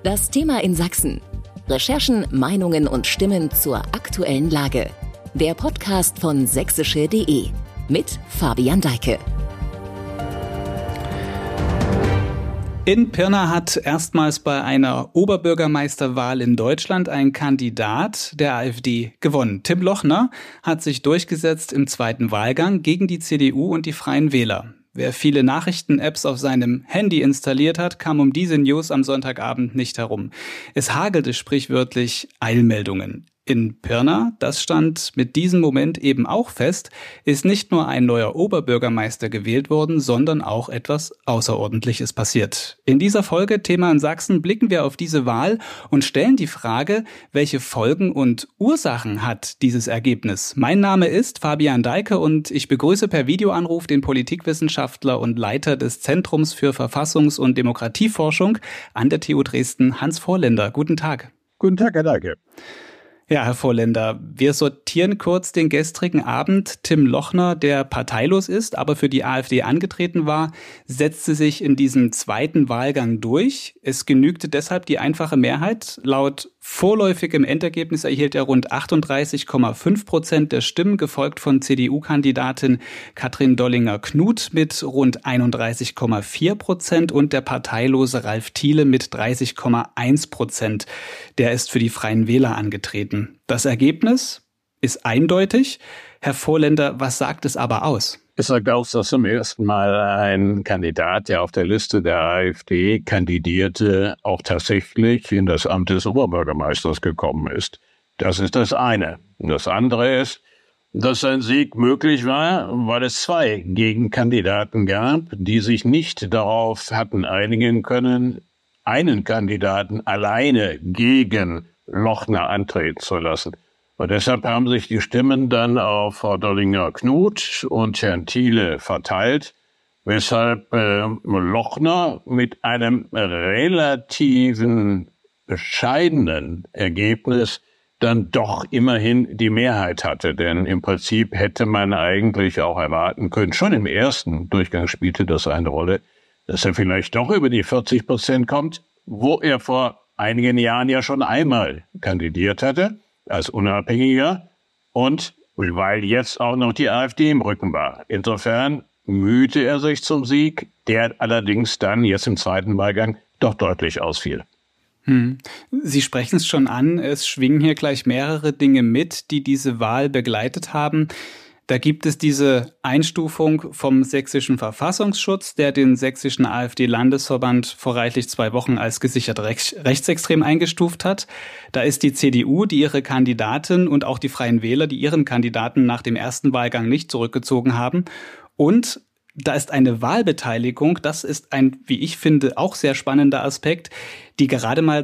Das Thema in Sachsen. Recherchen, Meinungen und Stimmen zur aktuellen Lage. Der Podcast von sächsische.de mit Fabian Deike. In Pirna hat erstmals bei einer Oberbürgermeisterwahl in Deutschland ein Kandidat der AfD gewonnen. Tim Lochner hat sich durchgesetzt im zweiten Wahlgang gegen die CDU und die Freien Wähler. Wer viele Nachrichten-Apps auf seinem Handy installiert hat, kam um diese News am Sonntagabend nicht herum. Es hagelte sprichwörtlich Eilmeldungen. In Pirna, das stand mit diesem Moment eben auch fest, ist nicht nur ein neuer Oberbürgermeister gewählt worden, sondern auch etwas Außerordentliches passiert. In dieser Folge Thema in Sachsen blicken wir auf diese Wahl und stellen die Frage, welche Folgen und Ursachen hat dieses Ergebnis. Mein Name ist Fabian Deike und ich begrüße per Videoanruf den Politikwissenschaftler und Leiter des Zentrums für Verfassungs- und Demokratieforschung an der TU Dresden, Hans Vorländer. Guten Tag. Guten Tag, Herr Deike. Ja, Herr Vorländer, wir sortieren kurz den gestrigen Abend. Tim Lochner, der parteilos ist, aber für die AfD angetreten war, setzte sich in diesem zweiten Wahlgang durch. Es genügte deshalb die einfache Mehrheit. Laut vorläufigem Endergebnis erhielt er rund 38,5% der Stimmen, gefolgt von CDU-Kandidatin Katrin Dollinger-Knuth mit rund 31,4% und der parteilose Ralf Thiele mit 30,1%. Der ist für die Freien Wähler angetreten. Das Ergebnis ist eindeutig. Herr Vorländer, was sagt es aber aus? Es sagt aus, dass zum ersten Mal ein Kandidat, der auf der Liste der AfD kandidierte, auch tatsächlich in das Amt des Oberbürgermeisters gekommen ist. Das ist das eine. Und das andere ist, dass sein Sieg möglich war, weil es zwei Gegenkandidaten gab, die sich nicht darauf hatten einigen können, einen Kandidaten alleine gegen Lochner antreten zu lassen. Und deshalb haben sich die Stimmen dann auf Frau Dollinger-Knuth und Herrn Thiele verteilt, weshalb Lochner mit einem relativen bescheidenen Ergebnis dann doch immerhin die Mehrheit hatte. Denn im Prinzip hätte man eigentlich auch erwarten können, schon im ersten Durchgang spielte das eine Rolle, dass er vielleicht doch über die 40% kommt, wo er vor einigen Jahren ja schon einmal kandidiert hatte, als Unabhängiger, und weil jetzt auch noch die AfD im Rücken war. Insofern mühte er sich zum Sieg, der allerdings dann jetzt im zweiten Wahlgang doch deutlich ausfiel. Sie sprechen es schon an, es schwingen hier gleich mehrere Dinge mit, die diese Wahl begleitet haben. Da gibt es diese Einstufung vom sächsischen Verfassungsschutz, der den sächsischen AfD-Landesverband vor reichlich 2 Wochen als gesichert rechtsextrem eingestuft hat. Da ist die CDU, die ihre Kandidatin, und auch die Freien Wähler, die ihren Kandidaten nach dem ersten Wahlgang nicht zurückgezogen haben. Und da ist eine Wahlbeteiligung, das ist ein, wie ich finde, auch sehr spannender Aspekt, die gerade mal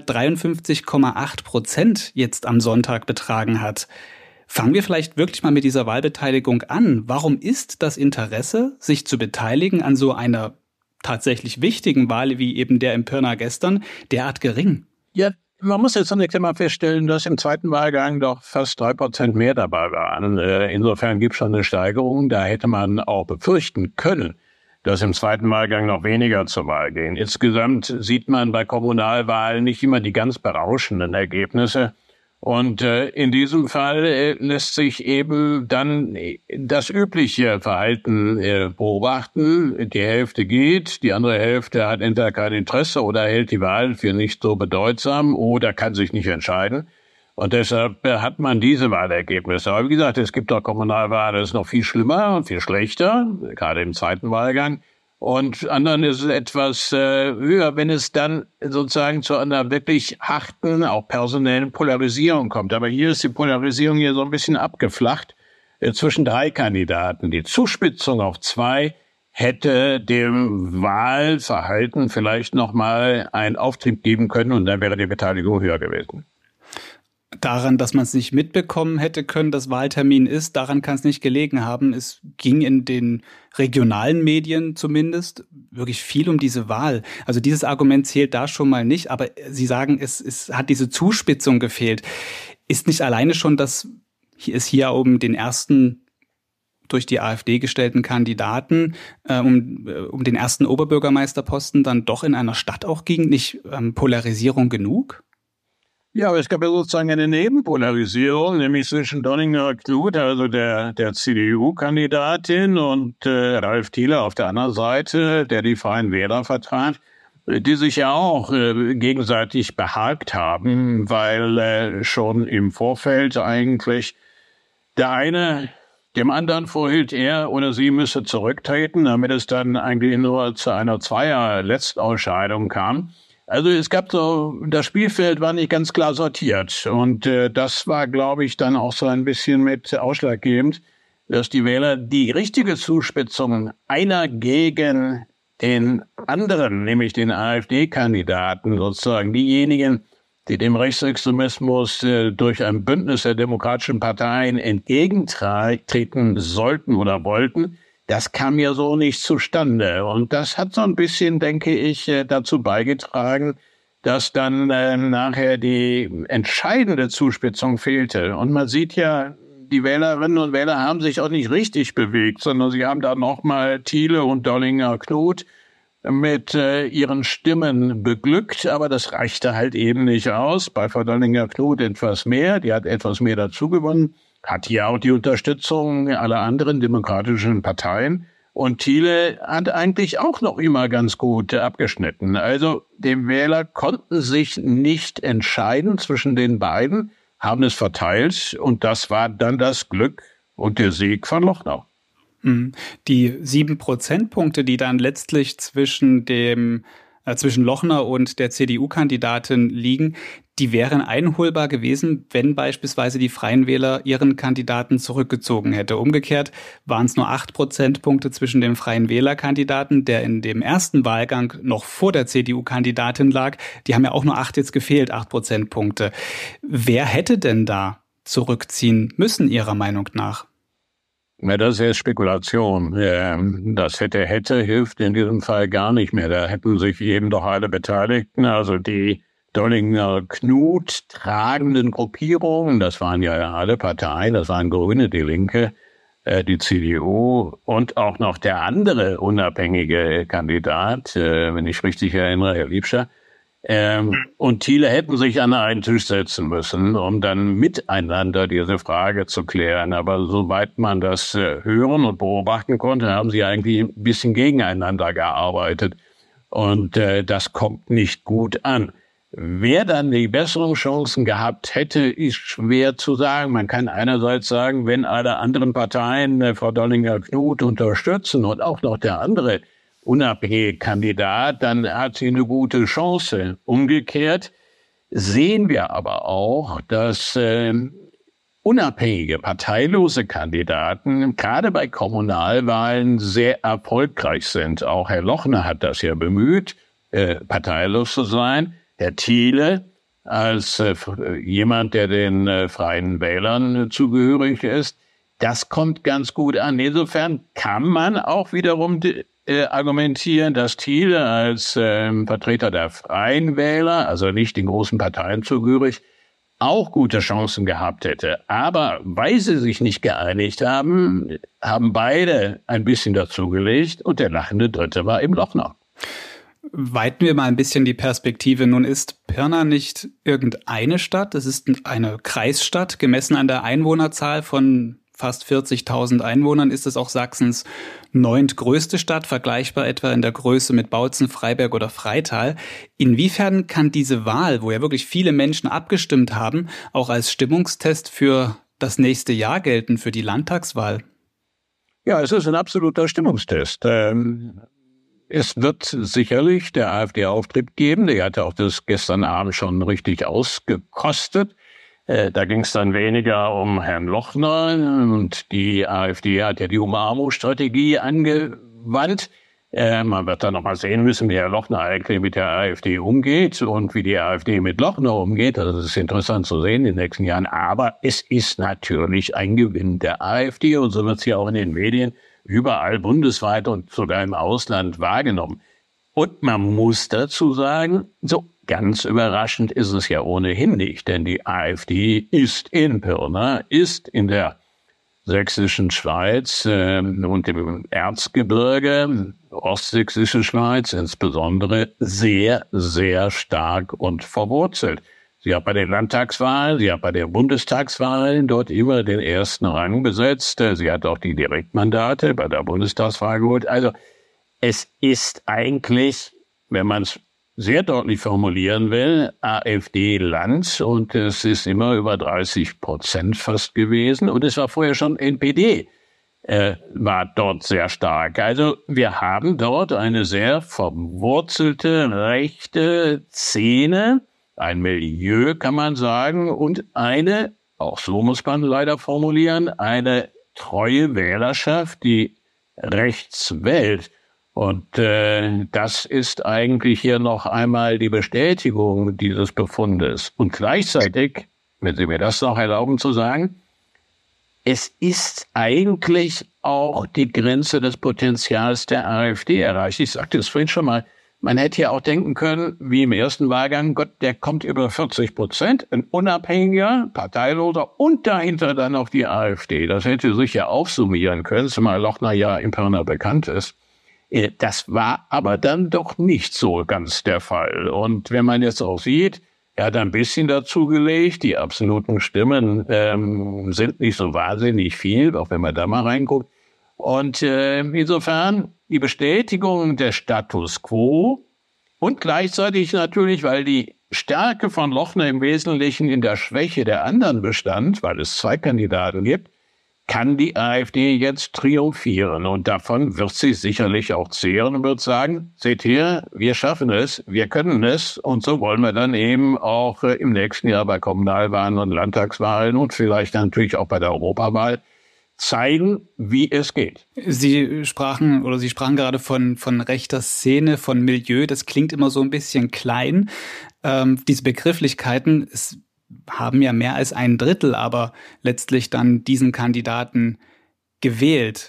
53,8% jetzt am Sonntag betragen hat. Fangen wir vielleicht wirklich mal mit dieser Wahlbeteiligung an. Warum ist das Interesse, sich zu beteiligen an so einer tatsächlich wichtigen Wahl wie eben der in Pirna gestern, derart gering? Ja, man muss jetzt zunächst einmal feststellen, dass im zweiten Wahlgang doch fast 3% mehr dabei waren. Insofern gibt es schon eine Steigerung. Da hätte man auch befürchten können, dass im zweiten Wahlgang noch weniger zur Wahl gehen. Insgesamt sieht man bei Kommunalwahlen nicht immer die ganz berauschenden Ergebnisse. Und in diesem Fall lässt sich eben dann das übliche Verhalten beobachten. Die Hälfte geht, die andere Hälfte hat entweder kein Interesse oder hält die Wahl für nicht so bedeutsam oder kann sich nicht entscheiden. Und deshalb hat man diese Wahlergebnisse. Aber wie gesagt, es gibt auch Kommunalwahlen, das ist noch viel schlimmer und viel schlechter, gerade im zweiten Wahlgang. Und anderen ist es etwas höher, wenn es dann sozusagen zu einer wirklich harten, auch personellen Polarisierung kommt. Aber hier ist die Polarisierung hier so ein bisschen abgeflacht zwischen 3 Kandidaten. Die Zuspitzung auf 2 hätte dem Wahlverhalten vielleicht nochmal einen Auftrieb geben können und dann wäre die Beteiligung höher gewesen. Daran, dass man es nicht mitbekommen hätte können, dass Wahltermin ist, daran kann es nicht gelegen haben. Es ging in den regionalen Medien zumindest wirklich viel um diese Wahl. Also dieses Argument zählt da schon mal nicht, aber Sie sagen, es hat diese Zuspitzung gefehlt. Ist nicht alleine schon, dass es hier um den ersten durch die AfD gestellten Kandidaten um den ersten Oberbürgermeisterposten dann doch in einer Stadt auch ging? Nicht Polarisierung genug? Ja, aber es gab ja sozusagen eine Nebenpolarisierung, nämlich zwischen Donninger-Knuth, also der CDU-Kandidatin, und Ralf Thiele auf der anderen Seite, der die Freien Wähler vertrat, die sich ja auch gegenseitig behagt haben, weil schon im Vorfeld eigentlich der eine dem anderen vorhielt, er oder sie müsse zurücktreten, damit es dann eigentlich nur zu einer Zweier-Letztausscheidung kam. Also es gab so, das Spielfeld war nicht ganz klar sortiert und das war, glaube ich, dann auch so ein bisschen mit ausschlaggebend, dass die Wähler die richtige Zuspitzung einer gegen den anderen, nämlich den AfD-Kandidaten, sozusagen diejenigen, die dem Rechtsextremismus durch ein Bündnis der demokratischen Parteien entgegentreten sollten oder wollten, das kam ja so nicht zustande. Und das hat so ein bisschen, denke ich, dazu beigetragen, dass dann nachher die entscheidende Zuspitzung fehlte. Und man sieht ja, die Wählerinnen und Wähler haben sich auch nicht richtig bewegt, sondern sie haben da nochmal Thiele und Donninger-Knuth mit ihren Stimmen beglückt, aber das reichte halt eben nicht aus. Bei Frau Donninger-Knuth etwas mehr, die hat etwas mehr dazu gewonnen, hat ja auch die Unterstützung aller anderen demokratischen Parteien. Und Thiele hat eigentlich auch noch immer ganz gut abgeschnitten. Also die Wähler konnten sich nicht entscheiden zwischen den beiden, haben es verteilt und das war dann das Glück und der Sieg von Lochner. Die 7 Prozentpunkte, die dann letztlich zwischen Lochner und der CDU-Kandidatin liegen, die wären einholbar gewesen, wenn beispielsweise die Freien Wähler ihren Kandidaten zurückgezogen hätte. Umgekehrt waren es nur 8 Prozentpunkte zwischen dem Freien Wähler-Kandidaten, der in dem ersten Wahlgang noch vor der CDU-Kandidatin lag. Die haben ja auch nur 8 jetzt gefehlt, 8 Prozentpunkte. Wer hätte denn da zurückziehen müssen, Ihrer Meinung nach? Ja, das ist ja Spekulation. Das hätte hilft in diesem Fall gar nicht mehr. Da hätten sich eben doch alle Beteiligten, also die Donninger-Knuth tragenden Gruppierungen, das waren ja alle Parteien, das waren Grüne, die Linke, die CDU und auch noch der andere unabhängige Kandidat, wenn ich richtig erinnere, Herr Liebscher, und Thiele hätten sich an einen Tisch setzen müssen, um dann miteinander diese Frage zu klären. Aber soweit man das hören und beobachten konnte, haben sie eigentlich ein bisschen gegeneinander gearbeitet. Und das kommt nicht gut an. Wer dann die besseren Chancen gehabt hätte, ist schwer zu sagen. Man kann einerseits sagen, wenn alle anderen Parteien Frau Donninger-Knuth unterstützen und auch noch der andere unabhängige Kandidat, dann hat sie eine gute Chance. Umgekehrt sehen wir aber auch, dass unabhängige, parteilose Kandidaten gerade bei Kommunalwahlen sehr erfolgreich sind. Auch Herr Lochner hat das ja bemüht, parteilos zu sein. Herr Thiele als jemand, der den Freien Wählern zugehörig ist, das kommt ganz gut an. Insofern kann man auch wiederum argumentieren, dass Thiele als Vertreter der Freien Wähler, also nicht den großen Parteien zugehörig, auch gute Chancen gehabt hätte. Aber weil sie sich nicht geeinigt haben, haben beide ein bisschen dazugelegt und der lachende Dritte war eben Lochner. Weiten wir mal ein bisschen die Perspektive. Nun ist Pirna nicht irgendeine Stadt, es ist eine Kreisstadt. Gemessen an der Einwohnerzahl von fast 40.000 Einwohnern ist es auch Sachsens 9. größte Stadt, vergleichbar etwa in der Größe mit Bautzen, Freiberg oder Freital. Inwiefern kann diese Wahl, wo ja wirklich viele Menschen abgestimmt haben, auch als Stimmungstest für das nächste Jahr gelten, für die Landtagswahl? Ja, es ist ein absoluter Stimmungstest. Es wird sicherlich der AfD-Auftritt geben. Der hatte auch das gestern Abend schon richtig ausgekostet. Da ging es dann weniger um Herrn Lochner und die AfD hat ja die Umarmungsstrategie angewandt. Man wird dann noch mal sehen müssen, wie Herr Lochner eigentlich mit der AfD umgeht und wie die AfD mit Lochner umgeht. Das ist interessant zu sehen in den nächsten Jahren. Aber es ist natürlich ein Gewinn der AfD und so wird es ja auch in den Medien überall bundesweit und sogar im Ausland wahrgenommen. Und man muss dazu sagen, so ganz überraschend ist es ja ohnehin nicht, denn die AfD ist in Pirna, ist in der sächsischen Schweiz und dem Erzgebirge, ostsächsische Schweiz insbesondere, sehr, sehr stark und verwurzelt. Sie hat bei den Landtagswahlen, sie hat bei den Bundestagswahlen dort immer den ersten Rang besetzt. Sie hat auch die Direktmandate bei der Bundestagswahl geholt. Also es ist eigentlich, wenn man es sehr deutlich formulieren will, AfD-Land, und es ist immer über 30% fast gewesen, und es war vorher schon NPD, war dort sehr stark. Also wir haben dort eine sehr verwurzelte rechte Szene, ein Milieu, kann man sagen, und eine, auch so muss man leider formulieren, eine treue Wählerschaft, die rechts wählt. Und das ist eigentlich hier noch einmal die Bestätigung dieses Befundes. Und gleichzeitig, wenn Sie mir das noch erlauben zu sagen, es ist eigentlich auch die Grenze des Potenzials der AfD erreicht. Ich sagte es vorhin schon mal, man hätte ja auch denken können, wie im ersten Wahlgang, Gott, der kommt über 40%, ein unabhängiger, parteiloser und dahinter dann noch die AfD. Das hätte sich ja aufsummieren können, zumal Lochner ja in Pirna bekannt ist. Das war aber dann doch nicht so ganz der Fall. Und wenn man jetzt auch sieht, er hat ein bisschen dazugelegt, die absoluten Stimmen sind nicht so wahnsinnig viel, auch wenn man da mal reinguckt. Und insofern die Bestätigung des Status quo und gleichzeitig natürlich, weil die Stärke von Lochner im Wesentlichen in der Schwäche der anderen bestand, weil es zwei Kandidaten gibt, kann die AfD jetzt triumphieren. Und davon wird sie sicherlich auch zehren und wird sagen, seht her, wir schaffen es, wir können es. Und so wollen wir dann eben auch im nächsten Jahr bei Kommunalwahlen und Landtagswahlen und vielleicht natürlich auch bei der Europawahl zeigen, wie es geht. Sie sprachen gerade von rechter Szene, von Milieu. Das klingt immer so ein bisschen klein. Diese Begrifflichkeiten haben ja mehr als ein Drittel, aber letztlich dann diesen Kandidaten gewählt.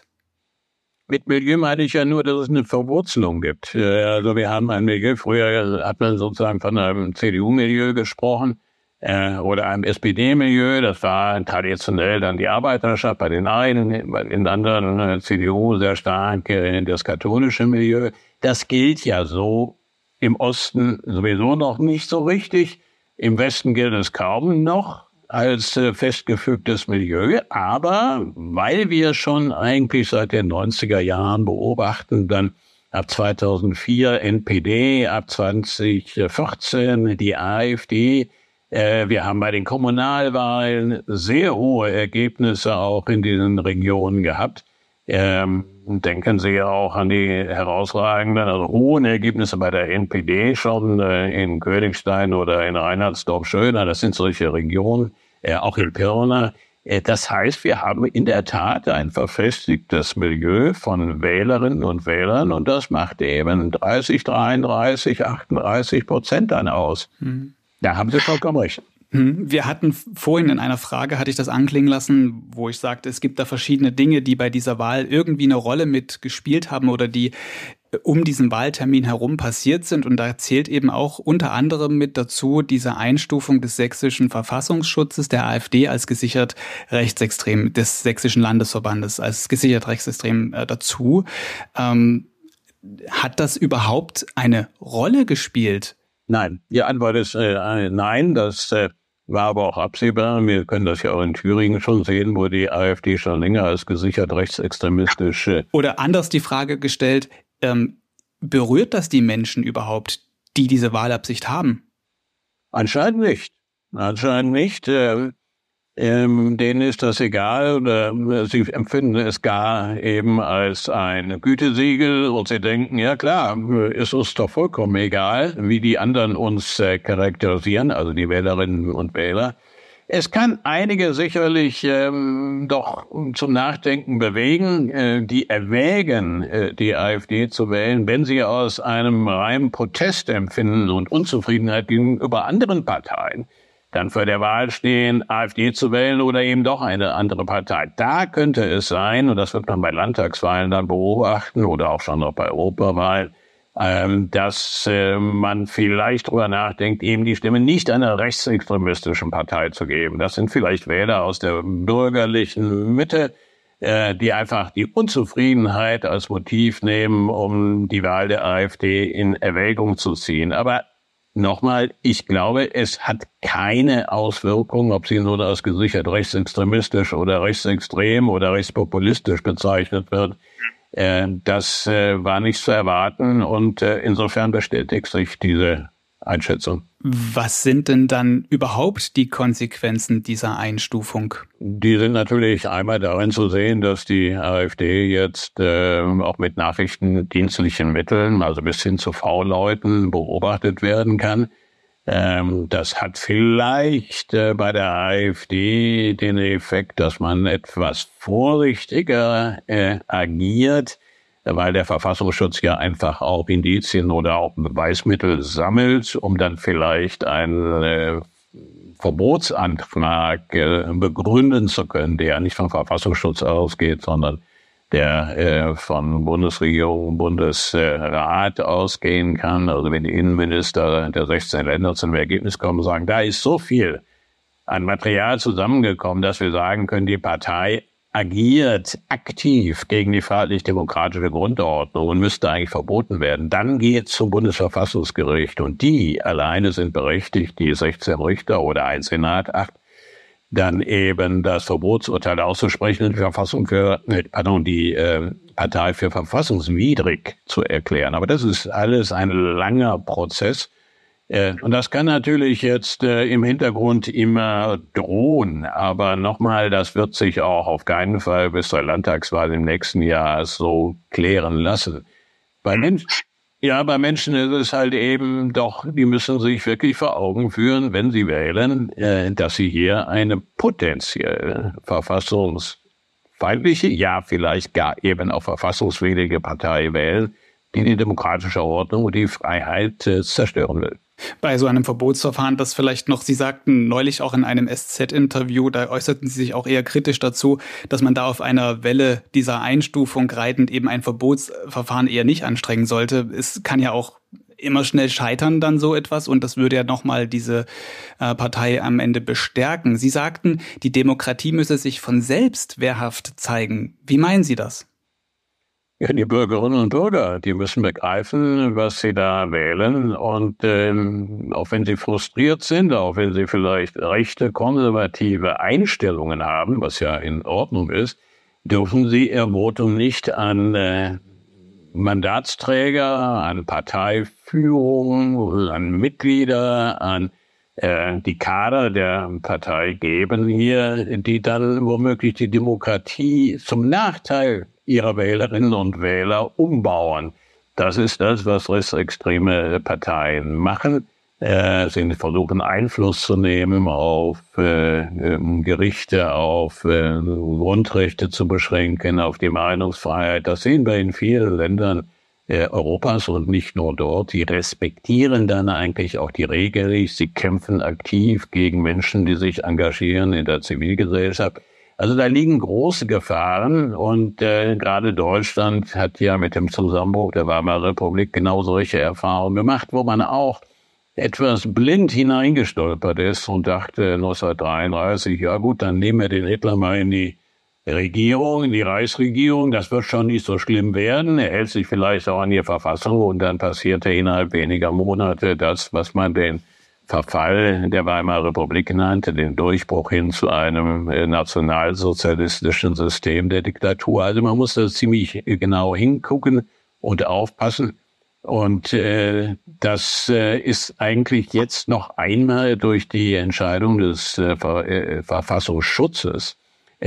Mit Milieu meine ich ja nur, dass es eine Verwurzelung gibt. Also wir haben ein Milieu, früher hat man sozusagen von einem CDU-Milieu gesprochen oder einem SPD-Milieu. Das war traditionell dann die Arbeiterschaft bei den einen, bei den anderen CDU sehr stark das katholische Milieu. Das gilt ja so im Osten sowieso noch nicht so richtig. Im Westen gilt es kaum noch als festgefügtes Milieu, aber weil wir schon eigentlich seit den 90er Jahren beobachten, dann ab 2004 NPD, ab 2014 die AfD, wir haben bei den Kommunalwahlen sehr hohe Ergebnisse auch in diesen Regionen gehabt. Denken Sie ja auch an die herausragenden, also hohen Ergebnisse bei der NPD schon in Königstein oder in Reinhardsdorf-Schöner. Das sind solche Regionen, auch in Pirna. Das heißt, wir haben in der Tat ein verfestigtes Milieu von Wählerinnen und Wählern und das macht eben 30, 33, 38% dann aus. Da haben Sie vollkommen recht. Wir hatten vorhin in einer Frage, hatte ich das anklingen lassen, wo ich sagte, es gibt da verschiedene Dinge, die bei dieser Wahl irgendwie eine Rolle mitgespielt haben oder die um diesen Wahltermin herum passiert sind. Und da zählt eben auch unter anderem mit dazu diese Einstufung des sächsischen Verfassungsschutzes der AfD als gesichert rechtsextrem, des sächsischen Landesverbandes als gesichert rechtsextrem dazu. Hat das überhaupt eine Rolle gespielt? Nein, die Antwort ist nein, das war aber auch absehbar. Wir können das ja auch in Thüringen schon sehen, wo die AfD schon länger als gesichert rechtsextremistisch... Oder anders die Frage gestellt, berührt das die Menschen überhaupt, die diese Wahlabsicht haben? Anscheinend nicht. Anscheinend nicht. Denen ist das egal oder sie empfinden es gar eben als ein Gütesiegel und sie denken, ja klar, ist uns doch vollkommen egal, wie die anderen uns charakterisieren, also die Wählerinnen und Wähler. Es kann einige sicherlich doch zum Nachdenken bewegen, die erwägen, die AfD zu wählen, wenn sie aus einem reinen Protestempfinden und Unzufriedenheit gegenüber anderen Parteien dann vor der Wahl stehen, AfD zu wählen oder eben doch eine andere Partei. Da könnte es sein, und das wird man bei Landtagswahlen dann beobachten oder auch schon noch bei Europawahlen, dass man vielleicht drüber nachdenkt, eben die Stimme nicht einer rechtsextremistischen Partei zu geben. Das sind vielleicht Wähler aus der bürgerlichen Mitte, die einfach die Unzufriedenheit als Motiv nehmen, um die Wahl der AfD in Erwägung zu ziehen. Aber nochmal, ich glaube, es hat keine Auswirkung, ob sie nun als gesichert rechtsextremistisch oder rechtsextrem oder rechtspopulistisch bezeichnet wird. Das war nicht zu erwarten und insofern bestätigt sich diese Einschätzung. Was sind denn dann überhaupt die Konsequenzen dieser Einstufung? Die sind natürlich einmal darin zu sehen, dass die AfD jetzt auch mit nachrichtendienstlichen Mitteln, also bis hin zu V-Leuten, beobachtet werden kann. Das hat vielleicht bei der AfD den Effekt, dass man etwas vorsichtiger agiert, weil der Verfassungsschutz ja einfach auch Indizien oder auch Beweismittel sammelt, um dann vielleicht einen Verbotsantrag begründen zu können, der nicht vom Verfassungsschutz ausgeht, sondern der von Bundesregierung, Bundesrat ausgehen kann. Also wenn die Innenminister der 16 Länder zu einem Ergebnis kommen und sagen, da ist so viel an Material zusammengekommen, dass wir sagen können, die Partei agiert aktiv gegen die freiheitlich-demokratische Grundordnung und müsste eigentlich verboten werden. Dann geht zum Bundesverfassungsgericht und die alleine sind berechtigt, die 16 Richter oder ein Senat, 8, dann eben das Verbotsurteil auszusprechen und die Partei für verfassungswidrig zu erklären. Aber das ist alles ein langer Prozess. Und das kann natürlich jetzt im Hintergrund immer drohen. Aber nochmal, das wird sich auch auf keinen Fall bis zur Landtagswahl im nächsten Jahr so klären lassen. Bei Menschen ist es halt eben doch, die müssen sich wirklich vor Augen führen, wenn sie wählen, dass sie hier eine potenziell verfassungsfeindliche, ja vielleicht gar eben auch verfassungswidrige Partei wählen, die die demokratische Ordnung und die Freiheit zerstören will. Bei so einem Verbotsverfahren, das vielleicht noch, Sie sagten neulich auch in einem SZ-Interview, da äußerten Sie sich auch eher kritisch dazu, dass man da auf einer Welle dieser Einstufung reitend eben ein Verbotsverfahren eher nicht anstrengen sollte. Es kann ja auch immer schnell scheitern dann so etwas und das würde ja nochmal diese Partei am Ende bestärken. Sie sagten, die Demokratie müsse sich von selbst wehrhaft zeigen. Wie meinen Sie das? Ja, die Bürgerinnen und Bürger, die müssen begreifen, was sie da wählen. Und auch wenn sie frustriert sind, auch wenn sie vielleicht rechte, konservative Einstellungen haben, was ja in Ordnung ist, dürfen sie ihr Votum nicht an Mandatsträger, an Parteiführung, an Mitglieder, an die Kader der Partei geben hier, die dann womöglich die Demokratie zum Nachteil ihrer Wählerinnen und Wähler umbauen. Das ist das, was rechtsextreme Parteien machen. Sie versuchen Einfluss zu nehmen auf Gerichte, auf Grundrechte zu beschränken, auf die Meinungsfreiheit. Das sehen wir in vielen Ländern Europas und nicht nur dort. Die respektieren dann eigentlich auch die Regeln. Sie kämpfen aktiv gegen Menschen, die sich engagieren in der Zivilgesellschaft. Also da liegen große Gefahren und gerade Deutschland hat ja mit dem Zusammenbruch der Weimarer Republik genau solche Erfahrungen gemacht, wo man auch etwas blind hineingestolpert ist und dachte 1933, ja gut, dann nehmen wir den Hitler mal in die Regierung, in die Reichsregierung, das wird schon nicht so schlimm werden. Er hält sich vielleicht auch an die Verfassung und dann passierte innerhalb weniger Monate das, was man den Verfall der Weimarer Republik nannte, den Durchbruch hin zu einem nationalsozialistischen System der Diktatur. Also man muss da ziemlich genau hingucken und aufpassen. Und das ist eigentlich jetzt noch einmal durch die Entscheidung des Verfassungsschutzes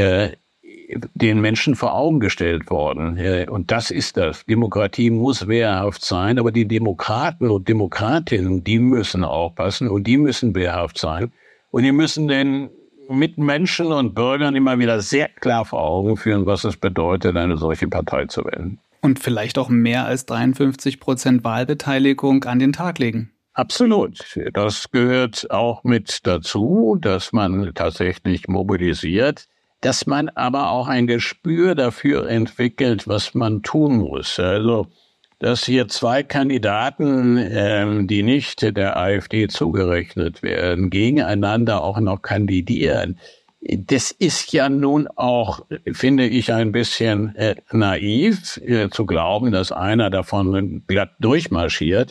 den Menschen vor Augen gestellt worden. Und das ist das. Demokratie muss wehrhaft sein, aber die Demokraten und Demokratinnen, die müssen aufpassen und die müssen wehrhaft sein. Und die müssen den Mitmenschen und Bürgern immer wieder sehr klar vor Augen führen, was es bedeutet, eine solche Partei zu wählen. Und vielleicht auch mehr als 53% Wahlbeteiligung an den Tag legen. Absolut. Das gehört auch mit dazu, dass man tatsächlich mobilisiert, dass man aber auch ein Gespür dafür entwickelt, was man tun muss. Also dass hier zwei Kandidaten, die nicht der AfD zugerechnet werden, gegeneinander auch noch kandidieren. Das ist ja nun auch, finde ich, ein bisschen naiv zu glauben, dass einer davon glatt durchmarschiert.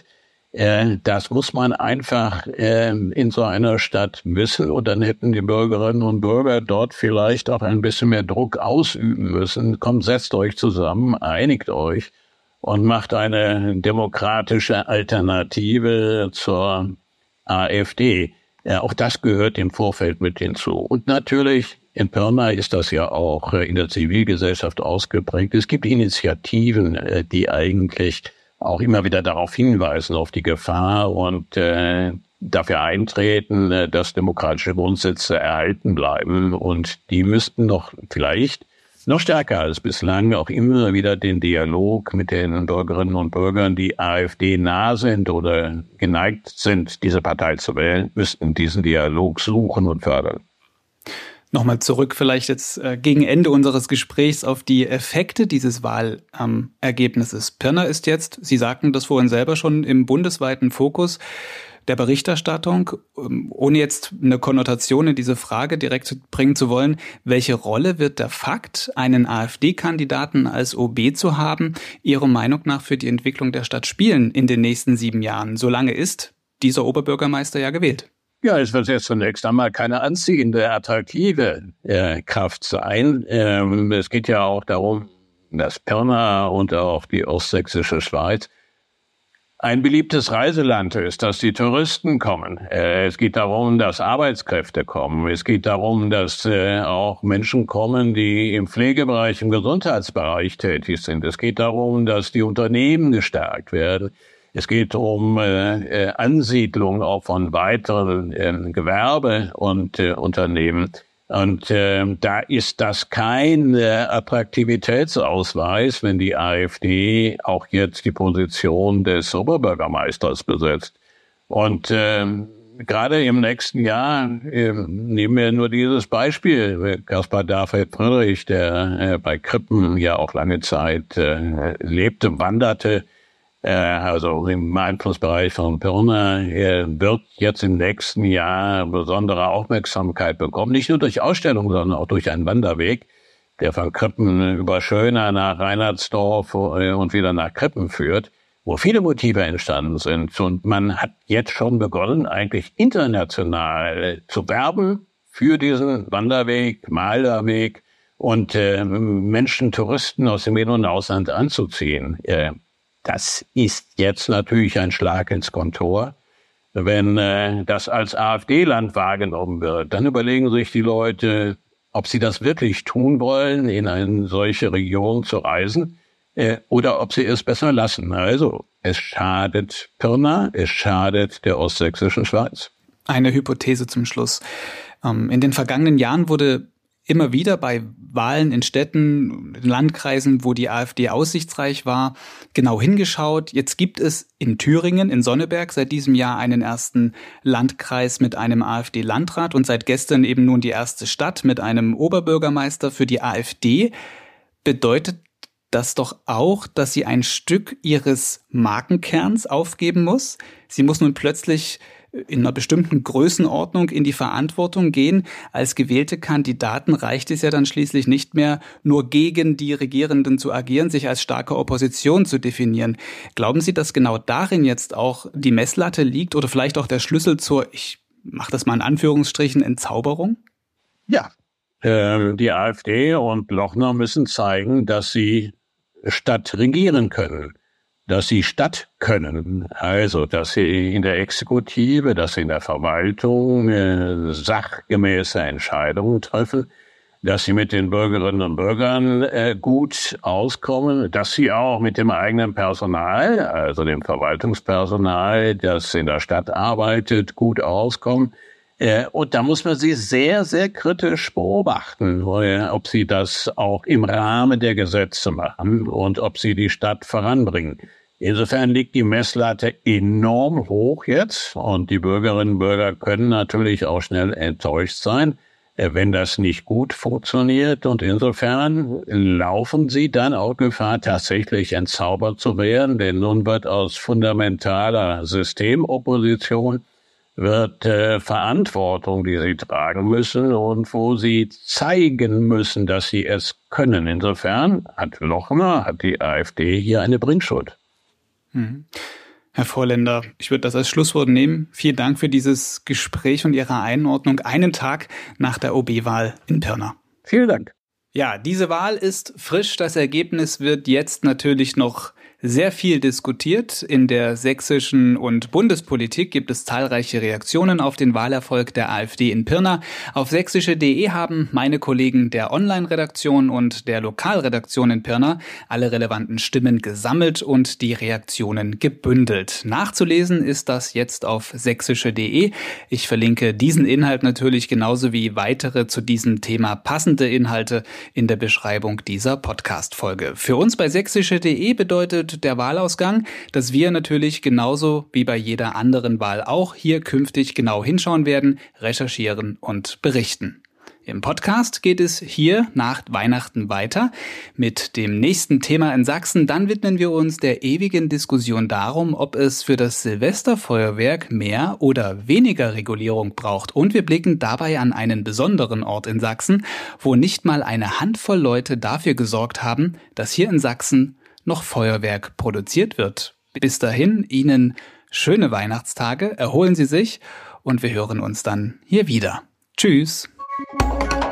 Das muss man einfach in so einer Stadt wissen, und dann hätten die Bürgerinnen und Bürger dort vielleicht auch ein bisschen mehr Druck ausüben müssen. Kommt, setzt euch zusammen, einigt euch und macht eine demokratische Alternative zur AfD. Ja, auch das gehört im Vorfeld mit hinzu. Und natürlich, in Pirna ist das ja auch in der Zivilgesellschaft ausgeprägt. Es gibt Initiativen, die eigentlich auch immer wieder darauf hinweisen, auf die Gefahr und dafür eintreten, dass demokratische Grundsätze erhalten bleiben. Und die müssten doch vielleicht noch stärker als bislang auch immer wieder den Dialog mit den Bürgerinnen und Bürgern, die AfD nah sind oder geneigt sind, diese Partei zu wählen, müssten diesen Dialog suchen und fördern. Nochmal zurück vielleicht jetzt gegen Ende unseres Gesprächs auf die Effekte dieses Wahlergebnisses. Pirna ist jetzt, Sie sagten das vorhin selber schon, im bundesweiten Fokus der Berichterstattung. Ohne jetzt eine Konnotation in diese Frage direkt bringen zu wollen, welche Rolle wird der Fakt, einen AfD-Kandidaten als OB zu haben, Ihrer Meinung nach für die Entwicklung der Stadt spielen in den nächsten 7 Jahren? Solange ist dieser Oberbürgermeister ja gewählt. Ja, es wird jetzt zunächst einmal keine anziehende, attraktive Kraft sein. Es geht ja auch darum, dass Pirna und auch die ostsächsische Schweiz ein beliebtes Reiseland ist, dass die Touristen kommen. Es geht darum, dass Arbeitskräfte kommen. Es geht darum, dass auch Menschen kommen, die im Pflegebereich, im Gesundheitsbereich tätig sind. Es geht darum, dass die Unternehmen gestärkt werden. Es geht um Ansiedlung auch von weiteren Gewerbe und Unternehmen. Und da ist das kein Attraktivitätsausweis, wenn die AfD auch jetzt die Position des Oberbürgermeisters besetzt. Und gerade im nächsten Jahr, nehmen wir nur dieses Beispiel, Caspar David Friedrich, der bei Krippen ja auch lange Zeit lebte, wanderte, also im Einflussbereich von Pirna, wird jetzt im nächsten Jahr besondere Aufmerksamkeit bekommen. Nicht nur durch Ausstellungen, sondern auch durch einen Wanderweg, der von Krippen über Schöna nach Reinhardsdorf und wieder nach Krippen führt, wo viele Motive entstanden sind. Und man hat jetzt schon begonnen, eigentlich international zu werben für diesen Wanderweg, Malerweg und Menschen, Touristen aus dem In- und Ausland anzuziehen. Das ist jetzt natürlich ein Schlag ins Kontor. Wenn das als AfD-Land wahrgenommen wird, dann überlegen sich die Leute, ob sie das wirklich tun wollen, in eine solche Region zu reisen, oder ob sie es besser lassen. Also es schadet Pirna, es schadet der ostsächsischen Schweiz. Eine Hypothese zum Schluss. In den vergangenen Jahren wurde immer wieder bei Wahlen in Städten, in Landkreisen, wo die AfD aussichtsreich war, genau hingeschaut. Jetzt gibt es in Thüringen, in Sonneberg, seit diesem Jahr einen ersten Landkreis mit einem AfD-Landrat und seit gestern eben nun die erste Stadt mit einem Oberbürgermeister für die AfD. Bedeutet das doch auch, dass sie ein Stück ihres Markenkerns aufgeben muss? Sie muss nun plötzlich in einer bestimmten Größenordnung in die Verantwortung gehen. Als gewählte Kandidaten reicht es ja dann schließlich nicht mehr, nur gegen die Regierenden zu agieren, sich als starke Opposition zu definieren. Glauben Sie, dass genau darin jetzt auch die Messlatte liegt oder vielleicht auch der Schlüssel zur, ich mache das mal in Anführungsstrichen, Entzauberung? Ja, die AfD und Lochner müssen zeigen, dass sie Stadt regieren können. Dass sie Stadt können, also dass sie in der Exekutive, dass sie in der Verwaltung sachgemäße Entscheidungen treffen, dass sie mit den Bürgerinnen und Bürgern gut auskommen, dass sie auch mit dem eigenen Personal, also dem Verwaltungspersonal, das in der Stadt arbeitet, gut auskommen. Und da muss man sie sehr, sehr kritisch beobachten, ob sie das auch im Rahmen der Gesetze machen und ob sie die Stadt voranbringen. Insofern liegt die Messlatte enorm hoch jetzt und die Bürgerinnen und Bürger können natürlich auch schnell enttäuscht sein. wenn das nicht gut funktioniert. Und insofern laufen sie dann auch Gefahr, tatsächlich entzaubert zu werden, denn nun wird aus fundamentaler Systemopposition Verantwortung, die sie tragen müssen und wo sie zeigen müssen, dass sie es können. Insofern hat die AfD hier eine Bringschuld. Herr Vorländer, ich würde das als Schlusswort nehmen. Vielen Dank für dieses Gespräch und Ihre Einordnung einen Tag nach der OB-Wahl in Pirna. Vielen Dank. Ja, diese Wahl ist frisch. Das Ergebnis wird jetzt natürlich noch sehr viel diskutiert. In der sächsischen und Bundespolitik gibt es zahlreiche Reaktionen auf den Wahlerfolg der AfD in Pirna. Auf sächsische.de haben meine Kollegen der Online-Redaktion und der Lokalredaktion in Pirna alle relevanten Stimmen gesammelt und die Reaktionen gebündelt. Nachzulesen ist das jetzt auf sächsische.de. Ich verlinke diesen Inhalt natürlich genauso wie weitere zu diesem Thema passende Inhalte in der Beschreibung dieser Podcast-Folge. Für uns bei sächsische.de bedeutet der Wahlausgang, dass wir natürlich genauso wie bei jeder anderen Wahl auch hier künftig genau hinschauen werden, recherchieren und berichten. Im Podcast geht es hier nach Weihnachten weiter mit dem nächsten Thema in Sachsen. Dann widmen wir uns der ewigen Diskussion darum, ob es für das Silvesterfeuerwerk mehr oder weniger Regulierung braucht. Und wir blicken dabei an einen besonderen Ort in Sachsen, wo nicht mal eine Handvoll Leute dafür gesorgt haben, dass hier in Sachsen noch Feuerwerk produziert wird. Bis dahin Ihnen schöne Weihnachtstage, erholen Sie sich und wir hören uns dann hier wieder. Tschüss!